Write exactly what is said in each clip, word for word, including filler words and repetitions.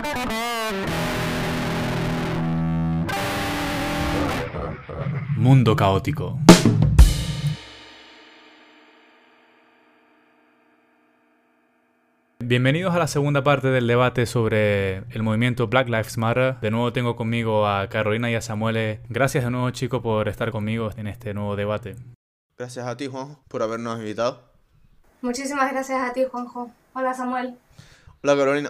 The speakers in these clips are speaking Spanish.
Mundo caótico. Bienvenidos a la segunda parte del debate sobre el movimiento Black Lives Matter. De nuevo tengo conmigo a Carolina y a Samuel. Gracias de nuevo, chicos, por estar conmigo en este nuevo debate. Gracias a ti, Juanjo, por habernos invitado. Muchísimas gracias a ti, Juanjo. Hola, Samuel. Hola, Carolina.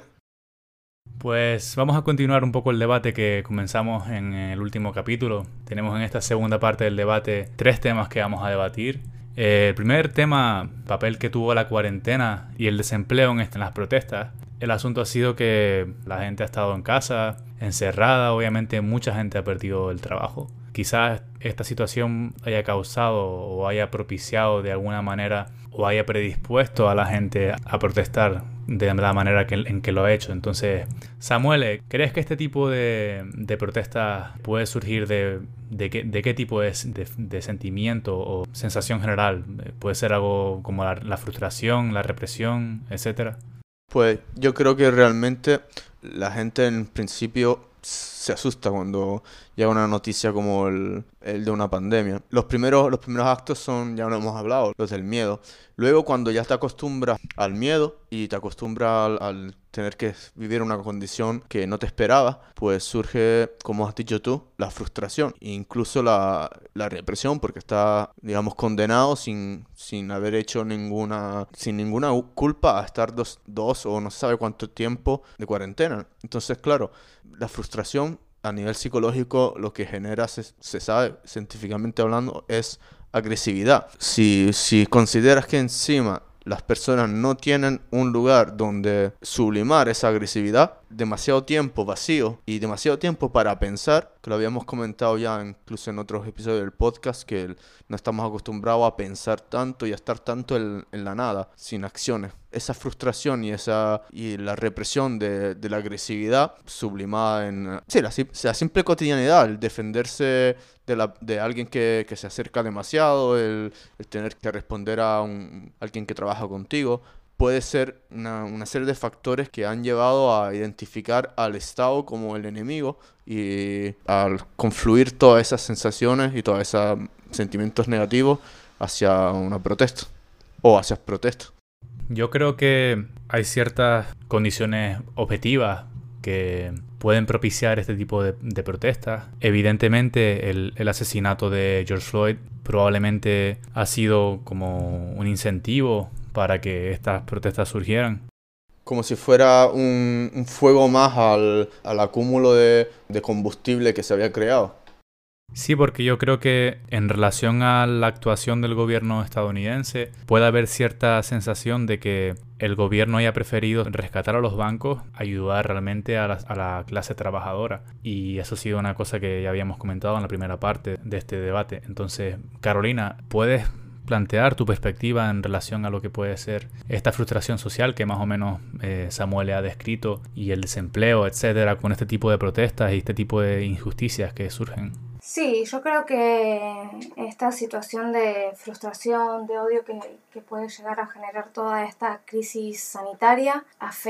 Pues vamos a continuar un poco el debate que comenzamos en el último capítulo. Tenemos en esta segunda parte del debate tres temas que vamos a debatir. Eh, el primer tema, papel que tuvo la cuarentena y el desempleo en, este, en las protestas. El asunto ha sido que la gente ha estado en casa, encerrada, obviamente mucha gente ha perdido el trabajo. Quizás esta situación haya causado o haya propiciado de alguna manera o haya predispuesto a la gente a protestar de la manera que, en que lo ha hecho. Entonces, Samuel, ¿crees que este tipo de, de protestas puede surgir de, de, qué, de qué tipo de, de, de sentimiento o sensación general? ¿Puede ser algo como la, la frustración, la represión, etcétera? Pues yo creo que realmente la gente en principio se asusta cuando llega una noticia como el, el de una pandemia. Los primeros, los primeros actos son, ya lo hemos hablado, los del miedo. Luego, cuando ya te acostumbras al miedo y te acostumbras al, al tener que vivir una condición que no te esperabas, pues surge, como has dicho tú, la frustración e incluso la, la represión, porque estás, digamos, condenado sin, sin haber hecho ninguna, sin ninguna culpa a estar dos, dos o no se sabe cuánto tiempo de cuarentena. Entonces, claro, la frustración a nivel psicológico lo que genera, se, se sabe científicamente hablando, es agresividad. Si, si consideras que encima las personas no tienen un lugar donde sublimar esa agresividad, demasiado tiempo vacío y demasiado tiempo para pensar, que lo habíamos comentado ya incluso en otros episodios del podcast, que no estamos acostumbrados a pensar tanto y a estar tanto en, en la nada, sin acciones. Esa frustración y esa y la represión de, de la agresividad sublimada en sí, la, la simple cotidianidad, el defenderse de, la, de alguien que, que se acerca demasiado, el, el tener que responder a un, alguien que trabaja contigo, puede ser una, una serie de factores que han llevado a identificar al Estado como el enemigo y al confluir todas esas sensaciones y todos esos sentimientos negativos hacia una protesta o hacia protestas. Yo creo que hay ciertas condiciones objetivas que pueden propiciar este tipo de, de protestas. Evidentemente, el, el asesinato de George Floyd probablemente ha sido como un incentivo para que estas protestas surgieran. Como si fuera un, un fuego más al, al acúmulo de, de combustible que se había creado. Sí, porque yo creo que en relación a la actuación del gobierno estadounidense puede haber cierta sensación de que el gobierno haya preferido rescatar a los bancos, ayudar realmente a la, a la clase trabajadora. Y eso ha sido una cosa que ya habíamos comentado en la primera parte de este debate. Entonces, Carolina, ¿puedes plantear tu perspectiva en relación a lo que puede ser esta frustración social que más o menos eh, Samuel le ha descrito y el desempleo, etcétera, con este tipo de protestas y este tipo de injusticias que surgen? Sí, yo creo que esta situación de frustración, de odio que, que puede llegar a generar toda esta crisis sanitaria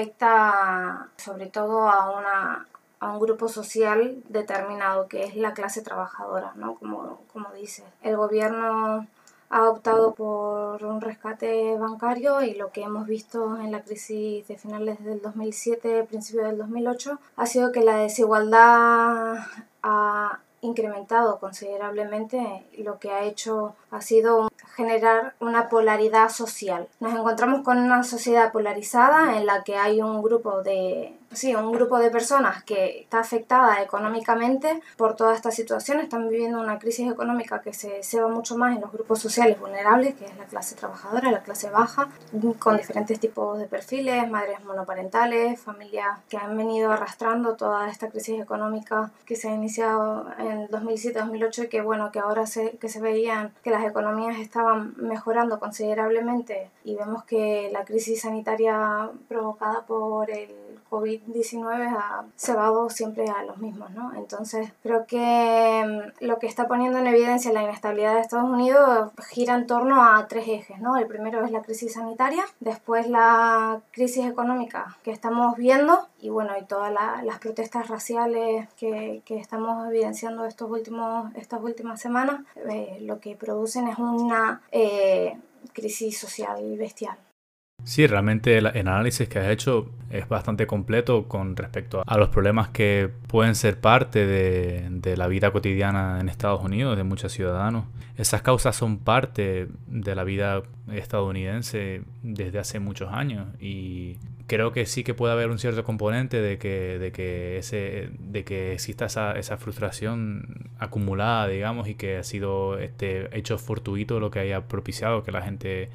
afecta sobre todo a una a un grupo social determinado que es la clase trabajadora, ¿no? Como, como dice. El gobierno ha optado por un rescate bancario y lo que hemos visto en la crisis de finales del dos mil siete, principios del dos mil ocho, ha sido que la desigualdad ha incrementado considerablemente y lo que ha hecho ha sido generar una polaridad social. Nos encontramos con una sociedad polarizada en la que hay un grupo de, sí, un grupo de personas que está afectada económicamente por toda esta situación. Están viviendo una crisis económica que se ceba mucho más en los grupos sociales vulnerables, que es la clase trabajadora, la clase baja, con diferentes tipos de perfiles, madres monoparentales, familias que han venido arrastrando toda esta crisis económica que se ha iniciado en dos mil siete dos mil ocho y que, bueno, que ahora se, que se veían que las economías estaban estaban mejorando considerablemente y vemos que la crisis sanitaria provocada por el covid diecinueve ha cebado siempre a los mismos, ¿no? Entonces creo que lo que está poniendo en evidencia la inestabilidad de Estados Unidos gira en torno a tres ejes, ¿no? El primero es la crisis sanitaria, después la crisis económica que estamos viendo y bueno, y todas la, las protestas raciales que, que estamos evidenciando estos últimos, estas últimas semanas, eh, lo que producen es una eh, crisis social bestial. Sí, realmente el, el análisis que has hecho es bastante completo con respecto a los problemas que pueden ser parte de, de la vida cotidiana en Estados Unidos, de muchos ciudadanos. Esas causas son parte de la vida estadounidense desde hace muchos años y creo que sí que puede haber un cierto componente de que, de que, ese, de que exista esa, esa frustración acumulada, digamos, y que ha sido este hecho fortuito lo que haya propiciado que la gente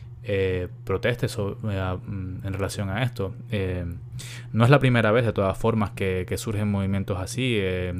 Eh, proteste sobre, eh, en relación a esto. Eh, no es la primera vez, de todas formas, que, que surgen movimientos así. Eh,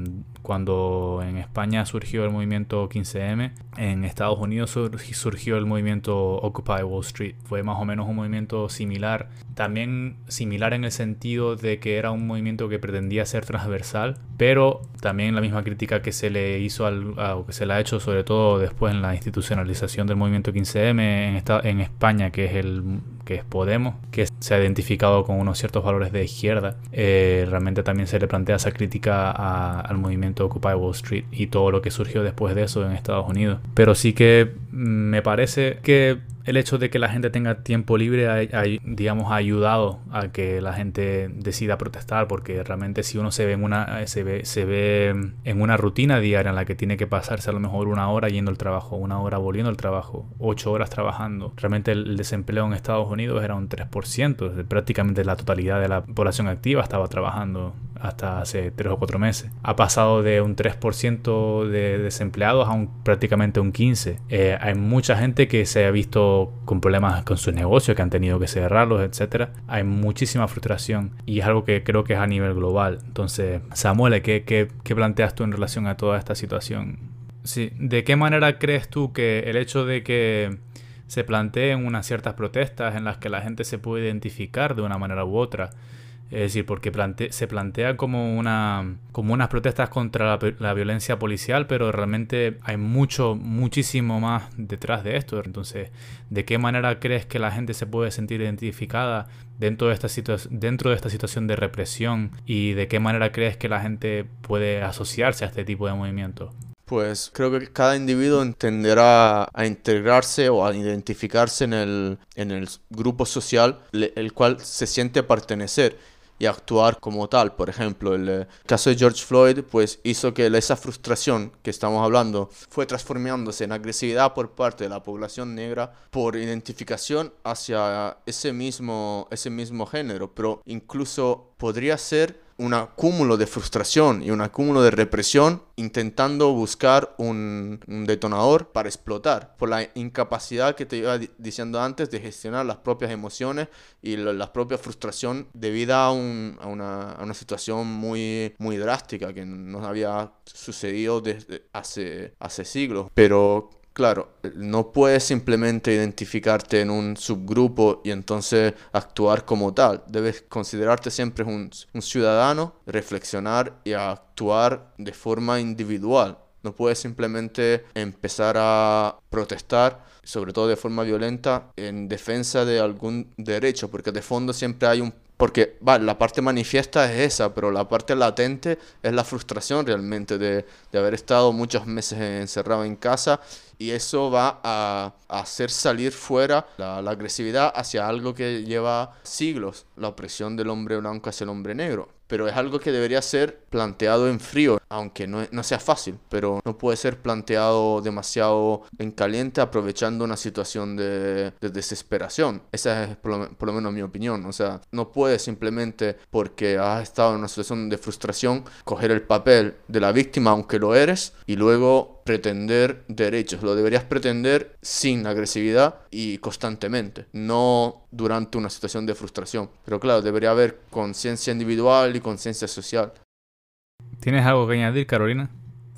cuando en España surgió el movimiento quince eme, en Estados Unidos sur, surgió el movimiento Occupy Wall Street. Fue más o menos un movimiento similar. También similar en el sentido de que era un movimiento que pretendía ser transversal, pero también la misma crítica que se le hizo al, a, o que se le ha hecho sobre todo después en la institucionalización del movimiento quince eme en, esta, en España, que es el que es Podemos, que se ha identificado con unos ciertos valores de izquierda. Eh, realmente también se le plantea esa crítica a, al movimiento Occupy Wall Street y todo lo que surgió después de eso en Estados Unidos. Pero sí que me parece que el hecho de que la gente tenga tiempo libre ha, ha, digamos, ha ayudado a que la gente decida protestar, porque realmente si uno se ve en una se ve, se ve en una rutina diaria en la que tiene que pasarse a lo mejor una hora yendo al trabajo, una hora volviendo al trabajo, ocho horas trabajando, realmente el desempleo en Estados Unidos era un tres por ciento, prácticamente la totalidad de la población activa estaba trabajando hasta hace tres o cuatro meses. Ha pasado de un tres por ciento de desempleados a un, prácticamente un quince por ciento. Eh, hay mucha gente que se ha visto con problemas con sus negocios, que han tenido que cerrarlos, etcétera. Hay muchísima frustración y es algo que creo que es a nivel global. Entonces, Samuel, ¿qué, qué, qué planteas tú en relación a toda esta situación? Sí, ¿de qué manera crees tú que el hecho de que se planteen unas ciertas protestas en las que la gente se puede identificar de una manera u otra? Es decir, porque plante se plantea como, una, como unas protestas contra la, la violencia policial, pero realmente hay mucho, muchísimo más detrás de esto. Entonces, ¿de qué manera crees que la gente se puede sentir identificada dentro de esta, dentro de esta situación de represión? ¿Y de qué manera crees que la gente puede asociarse a este tipo de movimientos? Pues creo que cada individuo tenderá a integrarse o a identificarse en el, en el grupo social el cual se siente pertenecer y actuar como tal. Por ejemplo, el, el caso de George Floyd pues hizo que esa frustración que estamos hablando fue transformándose en agresividad por parte de la población negra por identificación hacia ese mismo, ese mismo género, pero incluso podría ser un acúmulo de frustración y un acúmulo de represión intentando buscar un, un detonador para explotar por la incapacidad que te iba diciendo antes de gestionar las propias emociones y la, la propia frustración debido a, un, a, una, a una situación muy, muy drástica que no había sucedido desde hace, hace siglos. Pero claro, no puedes simplemente identificarte en un subgrupo y entonces actuar como tal. Debes considerarte siempre un, un ciudadano, reflexionar y actuar de forma individual. No puedes simplemente empezar a protestar, sobre todo de forma violenta, en defensa de algún derecho, porque de fondo siempre hay un... Porque vale, la parte manifiesta es esa, pero la parte latente es la frustración realmente de, de haber estado muchos meses encerrado en casa, y eso va a, a hacer salir fuera la, la agresividad hacia algo que lleva siglos, la opresión del hombre blanco hacia el hombre negro. Pero es algo que debería ser planteado en frío, aunque no, no sea fácil, pero no puede ser planteado demasiado en caliente aprovechando una situación de, de desesperación. Esa es por lo, por lo menos mi opinión. O sea, no puedes simplemente porque has estado en una situación de frustración coger el papel de la víctima, aunque lo eres, y luego pretender derechos. Lo deberías pretender sin agresividad y constantemente, no durante una situación de frustración. Pero claro, debería haber conciencia individual y conciencia social. ¿Tienes algo que añadir, Carolina?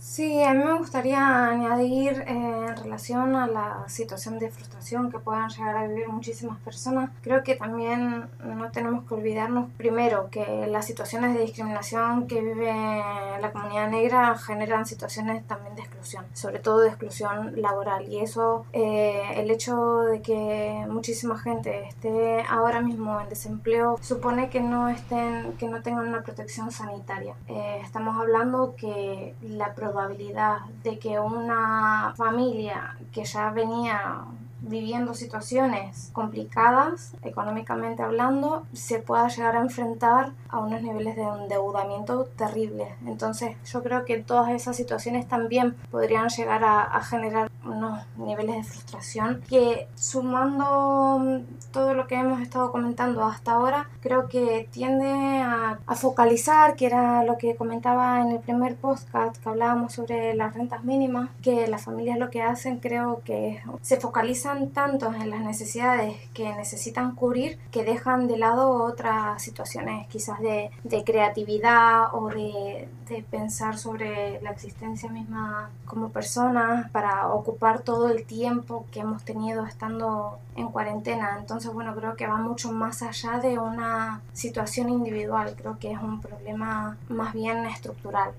Sí, a mí me gustaría añadir eh, en relación a la situación de frustración que puedan llegar a vivir muchísimas personas. Creo que también no tenemos que olvidarnos, primero, que las situaciones de discriminación que vive la comunidad negra generan situaciones también de exclusión, sobre todo de exclusión laboral. Y eso, eh, el hecho de que muchísima gente esté ahora mismo en desempleo, supone que no estén, que no tengan una protección sanitaria. Eh, estamos hablando que la probabilidad de que una familia que ya venía viviendo situaciones complicadas, económicamente hablando, se pueda llegar a enfrentar a unos niveles de endeudamiento terribles. Entonces yo creo que todas esas situaciones también podrían llegar a, a generar unos niveles de frustración que, sumando todo lo que hemos estado comentando hasta ahora, creo que tiende a, a focalizar, que era lo que comentaba en el primer podcast que hablábamos sobre las rentas mínimas, que las familias lo que hacen, creo que se focalizan tanto en las necesidades que necesitan cubrir que dejan de lado otras situaciones quizás de, de creatividad o de, de pensar sobre la existencia misma como personas para ocupar todo el tiempo que hemos tenido estando en cuarentena. Entonces, bueno, creo que va mucho más allá de una situación individual, creo que es un problema más bien estructural.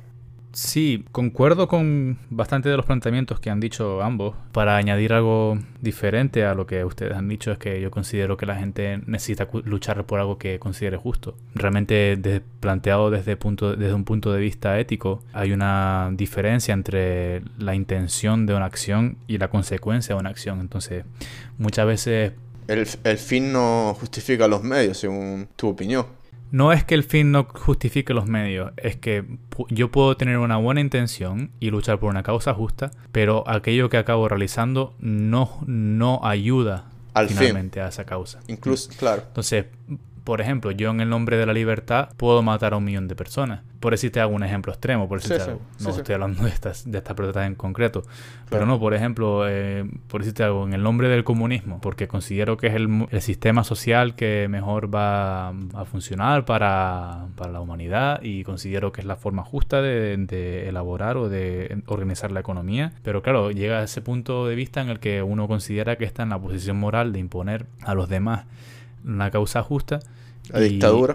Sí, concuerdo con bastante de los planteamientos que han dicho ambos. Para añadir algo diferente a lo que ustedes han dicho, es que yo considero que la gente necesita luchar por algo que considere justo. Realmente, desde, planteado desde, punto, desde un punto de vista ético, hay una diferencia entre la intención de una acción y la consecuencia de una acción. Entonces, muchas veces... El, el fin no justifica los medios, según tu opinión. No es que el fin no justifique los medios, es que yo puedo tener una buena intención y luchar por una causa justa, pero aquello que acabo realizando no, no ayuda al finalmente fin a esa causa. Incluso, claro. Entonces, por ejemplo, yo en el nombre de la libertad puedo matar a un millón de personas. Por decirte hago un ejemplo extremo, por decirte sí, algo. Sí, no sí. estoy hablando de estas, de estas protestas en concreto. Claro. Pero no, por ejemplo, eh, por decirte algo, en el nombre del comunismo, porque considero que es el, el sistema social que mejor va a funcionar para, para la humanidad y considero que es la forma justa de, de elaborar o de organizar la economía. Pero claro, llega a ese punto de vista en el que uno considera que está en la posición moral de imponer a los demás una causa justa. La dictadura.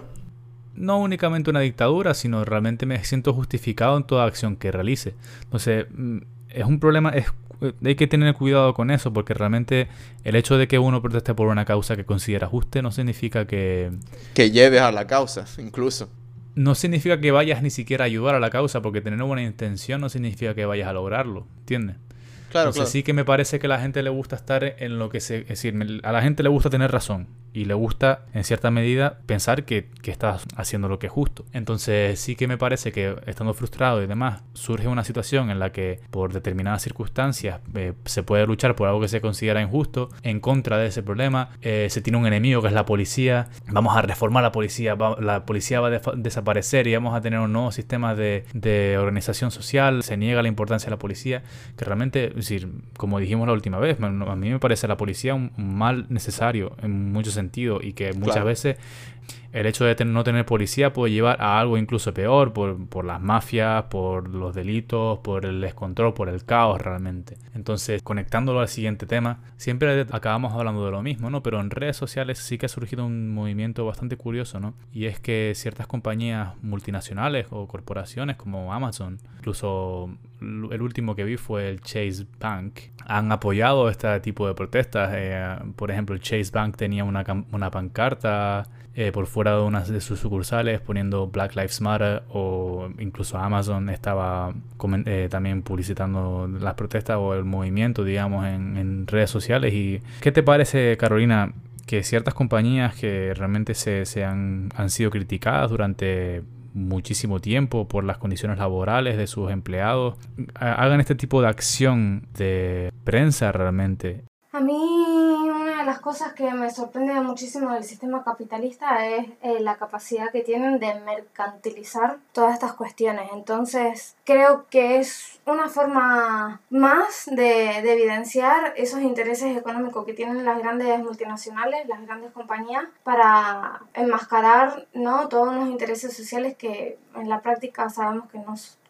No únicamente una dictadura, sino realmente me siento justificado en toda acción que realice. Entonces, es un problema, es, hay que tener cuidado con eso, porque realmente el hecho de que uno proteste por una causa que considera justa no significa que... Que lleves a la causa, incluso. No significa que vayas ni siquiera a ayudar a la causa, porque tener una buena intención no significa que vayas a lograrlo, ¿entiendes? Claro, Entonces claro. sí que me parece que a la gente le gusta estar en lo que se... Es decir, a la gente le gusta tener razón y le gusta, en cierta medida, pensar que, que estás haciendo lo que es justo. Entonces sí que me parece que, estando frustrado y demás, surge una situación en la que, por determinadas circunstancias, eh, se puede luchar por algo que se considera injusto, en contra de ese problema. Eh, se tiene un enemigo que es la policía. Vamos a reformar la policía. Va, la policía va a def- desaparecer y vamos a tener un nuevo sistema de, de organización social. Se niega la importancia de la policía, que realmente... Es decir, como dijimos la última vez, a mí me parece la policía un mal necesario en muchos sentidos y que muchas Claro. veces el hecho de no tener policía puede llevar a algo incluso peor por, por las mafias, por los delitos, por el descontrol, por el caos realmente. Entonces, conectándolo al siguiente tema, siempre acabamos hablando de lo mismo, ¿no? Pero en redes sociales sí que ha surgido un movimiento bastante curioso, ¿no? Y es que ciertas compañías multinacionales o corporaciones como Amazon, incluso el último que vi fue el Chase Bank, han apoyado este tipo de protestas. Eh, por ejemplo, el Chase Bank tenía una, una pancarta eh, por fuera de una de sus sucursales poniendo Black Lives Matter, o incluso Amazon estaba eh, también publicitando las protestas o el movimiento, digamos, en, en redes sociales. ¿Y qué te parece, Carolina, que ciertas compañías que realmente se, se han, han sido criticadas durante muchísimo tiempo por las condiciones laborales de sus empleados hagan este tipo de acción de prensa realmente? A mí una de las cosas que me sorprende muchísimo del sistema capitalista es eh, la capacidad que tienen de mercantilizar todas estas cuestiones. Entonces creo que es una forma más de, de evidenciar esos intereses económicos que tienen las grandes multinacionales, las grandes compañías, para enmascarar, ¿no?, todos los intereses sociales que en la práctica sabemos que no, que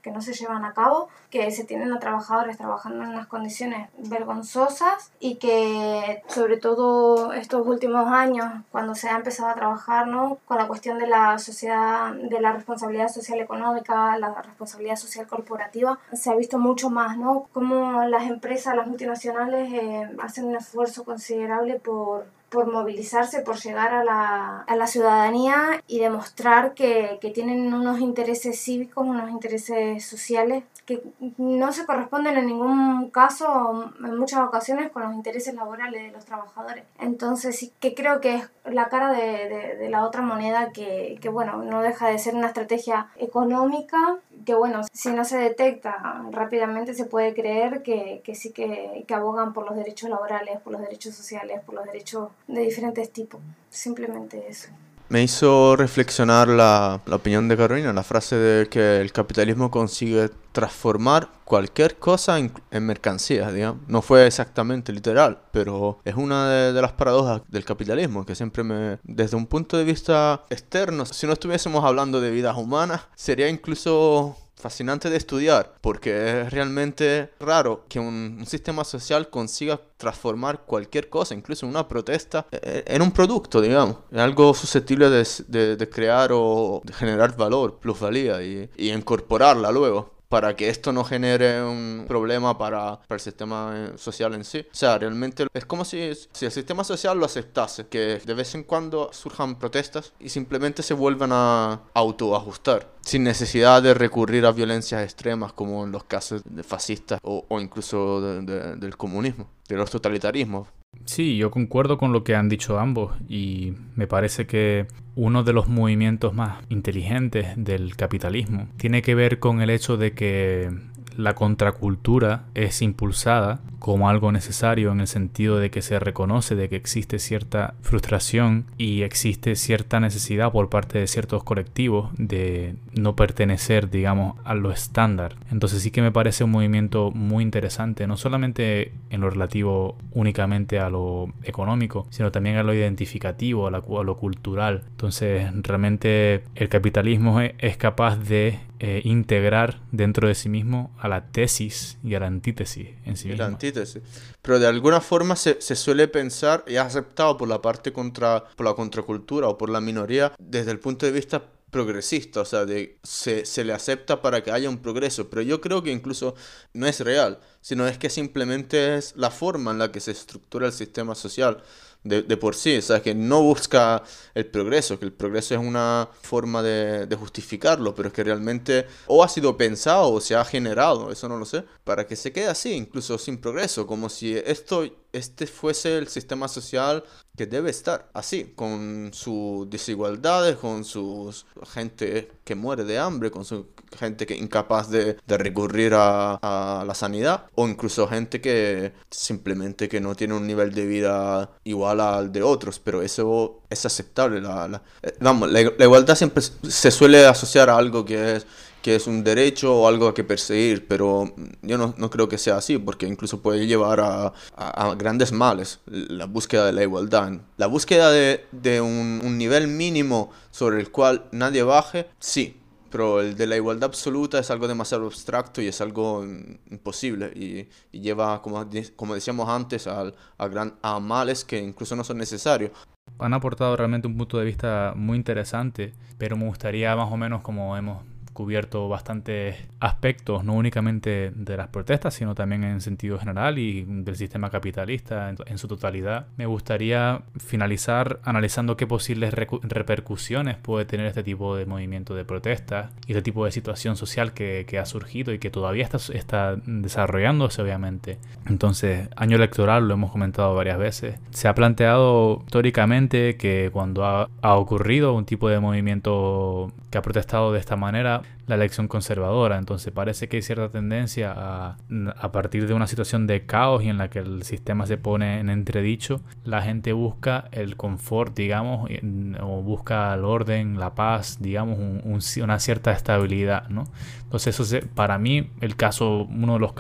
que no se llevan a cabo, que se tienen a trabajadores trabajando en unas condiciones vergonzosas y que sobre todo estos últimos años, cuando se ha empezado a trabajar, ¿no?, con la cuestión de la sociedad, de la responsabilidad social económica, la responsabilidad social corporativa, se ha visto mucho más, ¿no?, cómo las empresas, las multinacionales eh, hacen un esfuerzo considerable por por movilizarse, por llegar a la, a la ciudadanía y demostrar que, que tienen unos intereses cívicos, unos intereses sociales que no se corresponden en ningún caso, en muchas ocasiones, con los intereses laborales de los trabajadores. Entonces sí que creo que es la cara de, de, de la otra moneda que, que, bueno, no deja de ser una estrategia económica, que, bueno, si no se detecta rápidamente se puede creer que, que sí que, que abogan por los derechos laborales, por los derechos sociales, por los derechos de diferentes tipos. Simplemente eso. Me hizo reflexionar la, la opinión de Carolina, la frase de que el capitalismo consigue transformar cualquier cosa en, en mercancías, digamos. No fue exactamente literal, pero es una de, de las paradojas del capitalismo que siempre me, desde un punto de vista externo, si no estuviésemos hablando de vidas humanas, sería incluso fascinante de estudiar, porque es realmente raro que un, un sistema social consiga transformar cualquier cosa, incluso una protesta, en un producto, digamos, en algo susceptible de, de, de crear o de generar valor, plusvalía y, y incorporarla luego, para que esto no genere un problema para, para el sistema social en sí. O sea, realmente es como si, si el sistema social lo aceptase, que de vez en cuando surjan protestas y simplemente se vuelvan a autoajustar, sin necesidad de recurrir a violencias extremas como en los casos de fascistas o, o incluso de, de, del comunismo, de los totalitarismos. Sí, yo concuerdo con lo que han dicho ambos y me parece que uno de los movimientos más inteligentes del capitalismo tiene que ver con el hecho de que la contracultura es impulsada como algo necesario en el sentido de que se reconoce de que existe cierta frustración y existe cierta necesidad por parte de ciertos colectivos de no pertenecer, digamos, a lo estándar. Entonces sí que me parece un movimiento muy interesante, no solamente en lo relativo únicamente a lo económico, sino también a lo identificativo, a, la, a lo cultural. Entonces realmente el capitalismo es, es capaz de eh, integrar dentro de sí mismo a la tesis y a la antítesis en sí mismo. La antítesis. Pero de alguna forma se, se suele pensar, y es aceptado por la parte contra, por la contracultura o por la minoría, desde el punto de vista progresista, o sea, de, se, se le acepta para que haya un progreso, pero yo creo que incluso no es real, sino es que simplemente es la forma en la que se estructura el sistema social de, de por sí, o sea, que no busca el progreso, que el progreso es una forma de, de justificarlo, pero es que realmente o ha sido pensado o se ha generado, eso no lo sé, para que se quede así, incluso sin progreso, como si esto, este fuese el sistema social que debe estar así, con sus desigualdades, con su gente que muere de hambre, con su gente que incapaz de, de recurrir a, a la sanidad, o incluso gente que simplemente que no tiene un nivel de vida igual al de otros, pero eso es aceptable. La, la, eh, vamos, la, la igualdad siempre se suele asociar a algo que es que es un derecho o algo a que perseguir, pero yo no, no creo que sea así, porque incluso puede llevar a, a, a grandes males la búsqueda de la igualdad. La búsqueda de, de un, un nivel mínimo sobre el cual nadie baje, sí, pero el de la igualdad absoluta es algo demasiado abstracto y es algo imposible y, y lleva, como, como decíamos antes, a, a, gran, a males que incluso no son necesarios. Han aportado realmente un punto de vista muy interesante, pero me gustaría más o menos, como hemos cubierto bastantes aspectos, no únicamente de las protestas, sino también en sentido general y del sistema capitalista en, en su totalidad. Me gustaría finalizar analizando qué posibles recu- repercusiones puede tener este tipo de movimiento de protestas y este tipo de situación social que, que ha surgido y que todavía está, está desarrollándose, obviamente. Entonces, año electoral, lo hemos comentado varias veces. Se ha planteado históricamente que cuando ha, ha ocurrido un tipo de movimiento que ha protestado de esta manera, la elección conservadora. Entonces parece que hay cierta tendencia a, a partir de una situación de caos y en la que el sistema se pone en entredicho, la gente busca el confort, digamos, o busca el orden, la paz, digamos, un, un, una cierta estabilidad, ¿no? Entonces eso se, para mí el caso, uno de los casos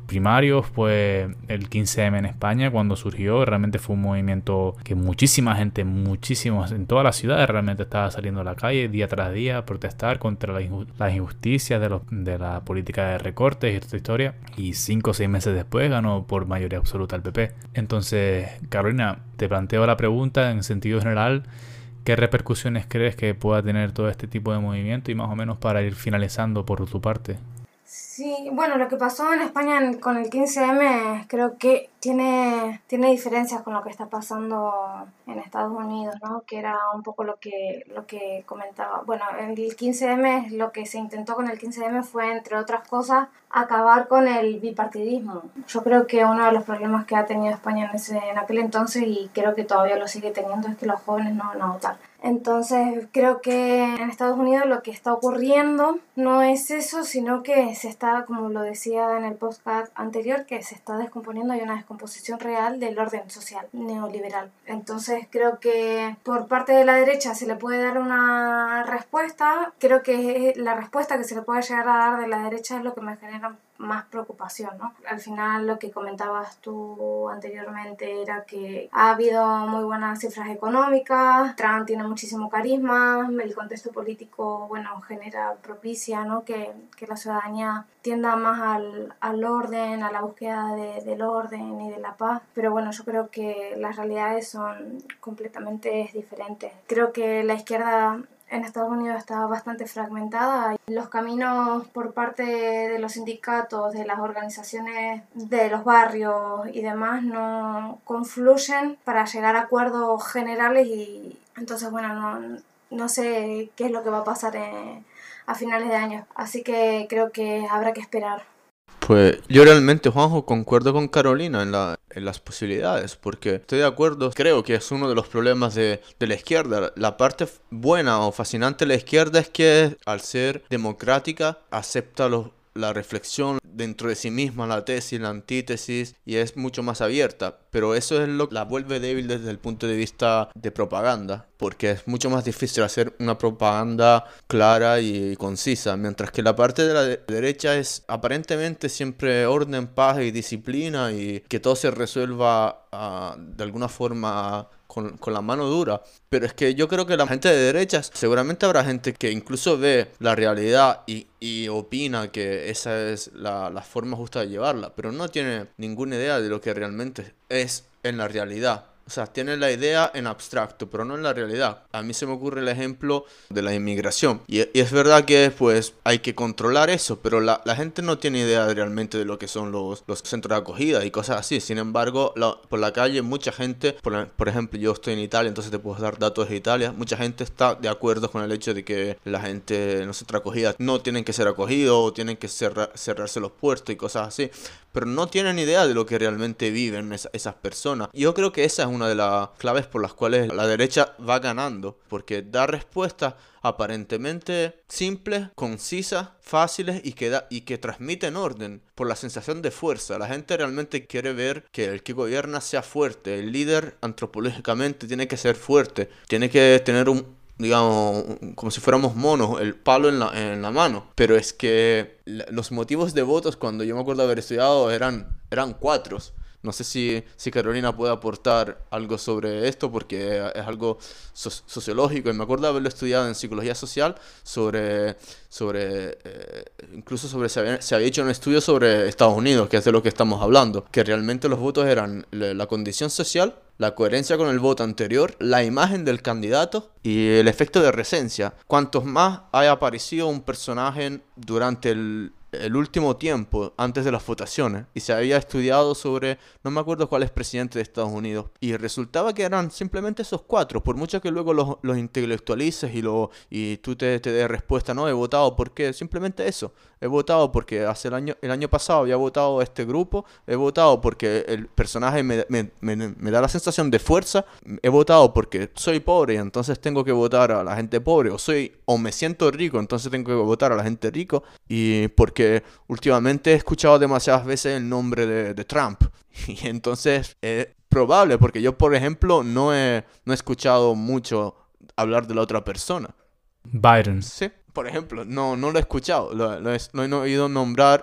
primarios fue el quince eme en España cuando surgió. Realmente fue un movimiento que muchísima gente, muchísimos, en todas las ciudades realmente estaba saliendo a la calle día tras día a protestar contra la inju- las injusticias de, los, de la política de recortes y esta historia. Y cinco o seis meses después ganó por mayoría absoluta el pe pe. Entonces, Carolina, te planteo la pregunta en sentido general. ¿Qué repercusiones crees que pueda tener todo este tipo de movimiento? Y más o menos para ir finalizando por tu parte. Sí, bueno, lo que pasó en España en- con el quince eme creo que tiene, tiene diferencias con lo que está pasando en Estados Unidos, ¿no? Que era un poco lo que, lo que comentaba. Bueno, en el quince eme, lo que se intentó con el quince eme fue, entre otras cosas, acabar con el bipartidismo. Yo creo que uno de los problemas que ha tenido España en, ese, en aquel entonces, y creo que todavía lo sigue teniendo, es que los jóvenes no van a votar. Entonces creo que en Estados Unidos lo que está ocurriendo no es eso, sino que se está, como lo decía en el podcast anterior, que se está descomponiendo, hay una descomposición real del orden social neoliberal. Entonces creo que por parte de la derecha se le puede dar una respuesta, creo que la respuesta que se le puede llegar a dar de la derecha es lo que me genera más preocupación, ¿no? Al final lo que comentabas tú anteriormente era que ha habido muy buenas cifras económicas, Trump tiene muchísimo carisma, el contexto político, bueno, genera, propicia, ¿no? que, que la ciudadanía tienda más al, al orden, a la búsqueda de, del orden y de la paz, pero bueno, yo creo que las realidades son completamente diferentes. Creo que la izquierda en Estados Unidos está bastante fragmentada. Los caminos por parte de los sindicatos, de las organizaciones de los barrios y demás no confluyen para llegar a acuerdos generales y entonces, bueno, no, no sé qué es lo que va a pasar en, a finales de año. Así que creo que habrá que esperar. Pues yo realmente, Juanjo, concuerdo con Carolina en, la, en las posibilidades, porque estoy de acuerdo, creo que es uno de los problemas de, de la izquierda. La parte f- buena o fascinante de la izquierda es que al ser democrática acepta los, la reflexión dentro de sí misma, la tesis, la antítesis, y es mucho más abierta. Pero eso es lo que la vuelve débil desde el punto de vista de propaganda, porque es mucho más difícil hacer una propaganda clara y concisa, mientras que la parte de la de- derecha es aparentemente siempre orden, paz y disciplina, y que todo se resuelva ah, de alguna forma con, con la mano dura. Pero es que yo creo que la gente de derechas, seguramente habrá gente que incluso ve la realidad y, y opina que esa es la, la forma justa de llevarla, pero no tiene ninguna idea de lo que realmente es en la realidad. O sea, tiene la idea en abstracto, pero no en la realidad. A mí se me ocurre el ejemplo de la inmigración. Y, y es verdad que pues hay que controlar eso, pero la, la gente no tiene idea realmente de lo que son los, los centros de acogida y cosas así. Sin embargo, la- por la calle mucha gente, por, la- por ejemplo, yo estoy en Italia, entonces te puedo dar datos de Italia. Mucha gente está de acuerdo con el hecho de que la gente en los centros de acogida no tienen que ser acogidos o tienen que cerra- cerrarse los puertos y cosas así. Pero no tienen idea de lo que realmente viven esa- esas personas. Yo creo que esa es una de las claves por las cuales la derecha va ganando, porque da respuestas aparentemente simples, concisas, fáciles y que, da- y que transmiten orden por la sensación de fuerza. La gente realmente quiere ver que el que gobierna sea fuerte. El líder antropológicamente tiene que ser fuerte, tiene que tener un, digamos, un- como si fuéramos monos, el palo en la, en la mano. Pero es que la- los motivos de votos, cuando yo me acuerdo haber estudiado, eran, eran cuatro. No sé si, si Carolina puede aportar algo sobre esto, porque es algo so- sociológico, y me acuerdo haberlo estudiado en psicología social, sobre, sobre eh, incluso sobre, se había, se había hecho un estudio sobre Estados Unidos, que es de lo que estamos hablando, que realmente los votos eran la, la condición social, la coherencia con el voto anterior, la imagen del candidato y el efecto de recencia. Cuantos más haya aparecido un personaje durante el, el último tiempo, antes de las votaciones, y se había estudiado sobre, no me acuerdo cuál es presidente de Estados Unidos, y resultaba que eran simplemente esos cuatro, por mucho que luego los, los intelectualices y, lo, y tú te, te des respuesta, no, he votado porque simplemente eso, he votado porque hace el año, el año pasado había votado a este grupo, he votado porque el personaje me, me, me, me da la sensación de fuerza, he votado porque soy pobre y entonces tengo que votar a la gente pobre, o soy o me siento rico, entonces tengo que votar a la gente rico, y porque últimamente he escuchado demasiadas veces el nombre de, de Trump, y entonces es probable, porque yo por ejemplo no he, no he escuchado mucho hablar de la otra persona. Biden. Sí, por ejemplo, no, no lo he escuchado, lo, lo he, lo he oído nombrar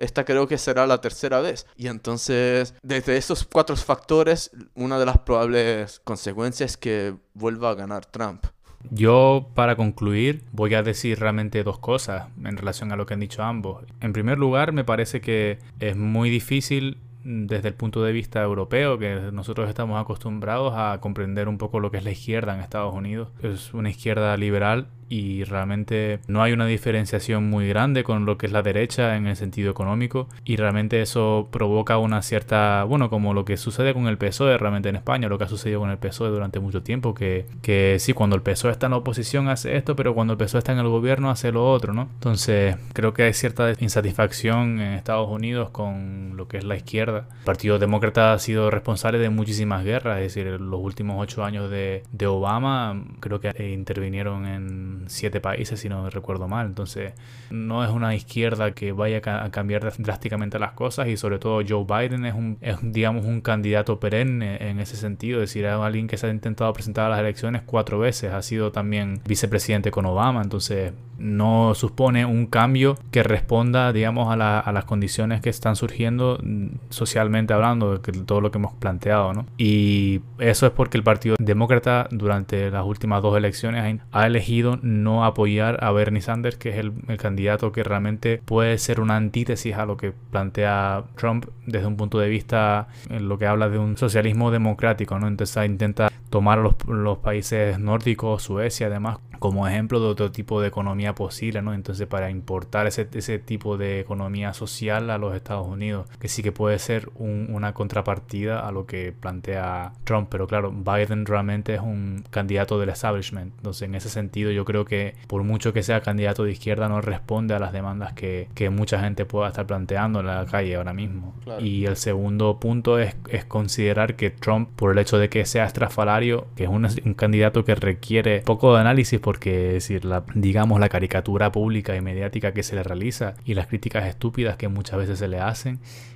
esta creo que será la tercera vez. Y entonces, desde esos cuatro factores, una de las probables consecuencias es que vuelva a ganar Trump. Yo, para concluir, voy a decir realmente dos cosas en relación a lo que han dicho ambos. En primer lugar, me parece que es muy difícil desde el punto de vista europeo, que nosotros estamos acostumbrados a comprender un poco lo que es la izquierda en Estados Unidos. Es una izquierda liberal y realmente no hay una diferenciación muy grande con lo que es la derecha en el sentido económico, y realmente eso provoca una cierta, bueno, como lo que sucede con el P S O E realmente en España, lo que ha sucedido con el P S O E durante mucho tiempo, que, que sí, cuando el P S O E está en la oposición hace esto, pero cuando el P S O E está en el gobierno hace lo otro, ¿no? Entonces creo que hay cierta insatisfacción en Estados Unidos con lo que es la izquierda. El Partido Demócrata ha sido responsable de muchísimas guerras, es decir, los últimos ocho años de, de Obama creo que intervinieron en siete países, si no me recuerdo mal. Entonces no es una izquierda que vaya a cambiar drásticamente las cosas, y sobre todo Joe Biden es un es digamos un candidato perenne en ese sentido, es decir, es alguien que se ha intentado presentar a las elecciones cuatro veces, ha sido también vicepresidente con Obama, entonces no supone un cambio que responda, digamos, a, la, a las condiciones que están surgiendo socialmente hablando, de todo lo que hemos planteado, ¿no? Y eso es porque el Partido Demócrata durante las últimas dos elecciones ha elegido no apoyar a Bernie Sanders, que es el, el candidato que realmente puede ser una antítesis a lo que plantea Trump desde un punto de vista en lo que habla de un socialismo democrático, ¿no? Entonces intenta tomar a los, los países nórdicos, Suecia además, como ejemplo de otro tipo de economía posible, ¿no? Entonces para importar ese, ese tipo de economía social a los Estados Unidos, que sí que puede ser un, una contrapartida a lo que plantea Trump, pero claro, Biden realmente es un candidato del establishment, entonces en ese sentido yo creo que por mucho que sea candidato de izquierda no responde a las demandas que, que mucha gente pueda estar planteando en la calle ahora mismo. Claro. Y el segundo punto es, es considerar que Trump, por el hecho de que sea estrafalario, que es un, un candidato que requiere poco de análisis, porque es decir, la, digamos la caricatura pública y mediática que se le realiza y las críticas estúpidas que muchas veces se le hacen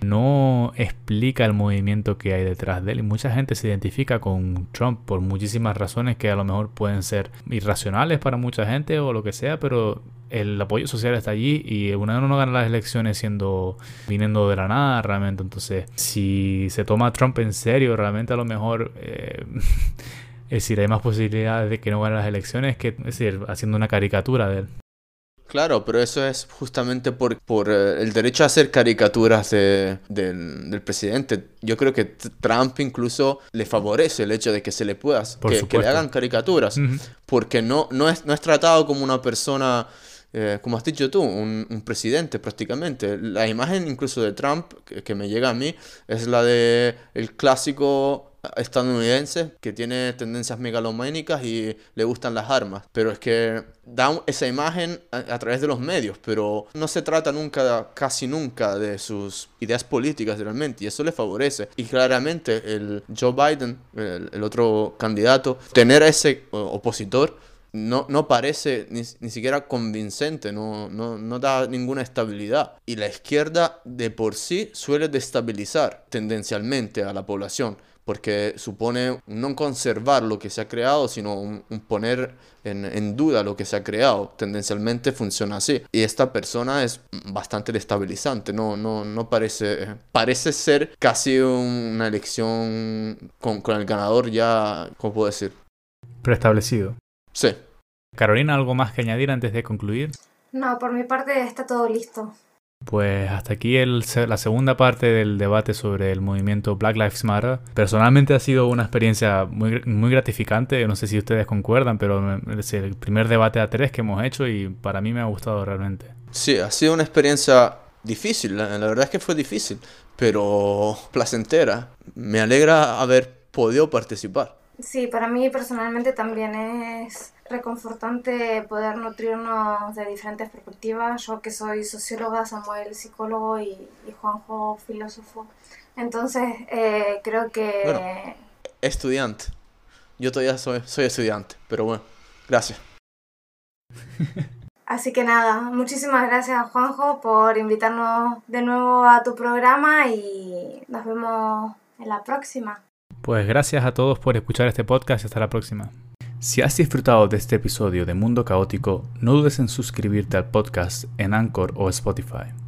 no explica el movimiento que hay detrás de él, y mucha gente se identifica con Trump por muchísimas razones que a lo mejor pueden ser irracionales para mucha gente o lo que sea, pero el apoyo social está allí y uno no gana las elecciones siendo viniendo de la nada realmente. Entonces si se toma a Trump en serio realmente, a lo mejor eh, es decir, hay más posibilidades de que no gane las elecciones que, es decir, haciendo una caricatura de él. Claro, pero eso es justamente por, por eh, el derecho a hacer caricaturas de, del, del presidente. Yo creo que Trump incluso le favorece el hecho de que se le pueda, que, que le hagan caricaturas, uh-huh. porque no, no, es, no es tratado como una persona, eh, como has dicho tú, un, un presidente prácticamente. La imagen incluso de Trump que, que me llega a mí es la de el clásico estadounidense que tiene tendencias megalománicas y le gustan las armas, pero es que da esa imagen a, a través de los medios, pero no se trata nunca, casi nunca, de sus ideas políticas realmente, y eso le favorece. Y claramente el Joe Biden, el, el otro candidato, tener a ese opositor No, no parece ni, ni siquiera convincente, no, no, no da ninguna estabilidad. Y la izquierda de por sí suele destabilizar tendencialmente a la población, porque supone no conservar lo que se ha creado, sino un, un poner en, en duda lo que se ha creado. Tendencialmente funciona así. Y esta persona es bastante destabilizante, no, no, no parece, parece ser casi una elección con, con el ganador ya, ¿cómo puedo decir? Preestablecido. Sí. Carolina, ¿algo más que añadir antes de concluir? No, por mi parte está todo listo. Pues hasta aquí el, la segunda parte del debate sobre el movimiento Black Lives Matter. Personalmente ha sido una experiencia muy, muy gratificante. No sé si ustedes concuerdan, pero es el primer debate a tres que hemos hecho y para mí me ha gustado realmente. Sí, ha sido una experiencia difícil. La, la verdad es que fue difícil, pero placentera. Me alegra haber podido participar. Sí, para mí personalmente también es reconfortante poder nutrirnos de diferentes perspectivas. Yo que soy socióloga, Samuel psicólogo y, y Juanjo filósofo. Entonces eh, creo que... Bueno, estudiante. Yo todavía soy, soy estudiante, pero bueno, gracias. Así que nada, muchísimas gracias Juanjo por invitarnos de nuevo a tu programa y nos vemos en la próxima. Pues gracias a todos por escuchar este podcast y hasta la próxima. Si has disfrutado de este episodio de Mundo Caótico, no dudes en suscribirte al podcast en Anchor o Spotify.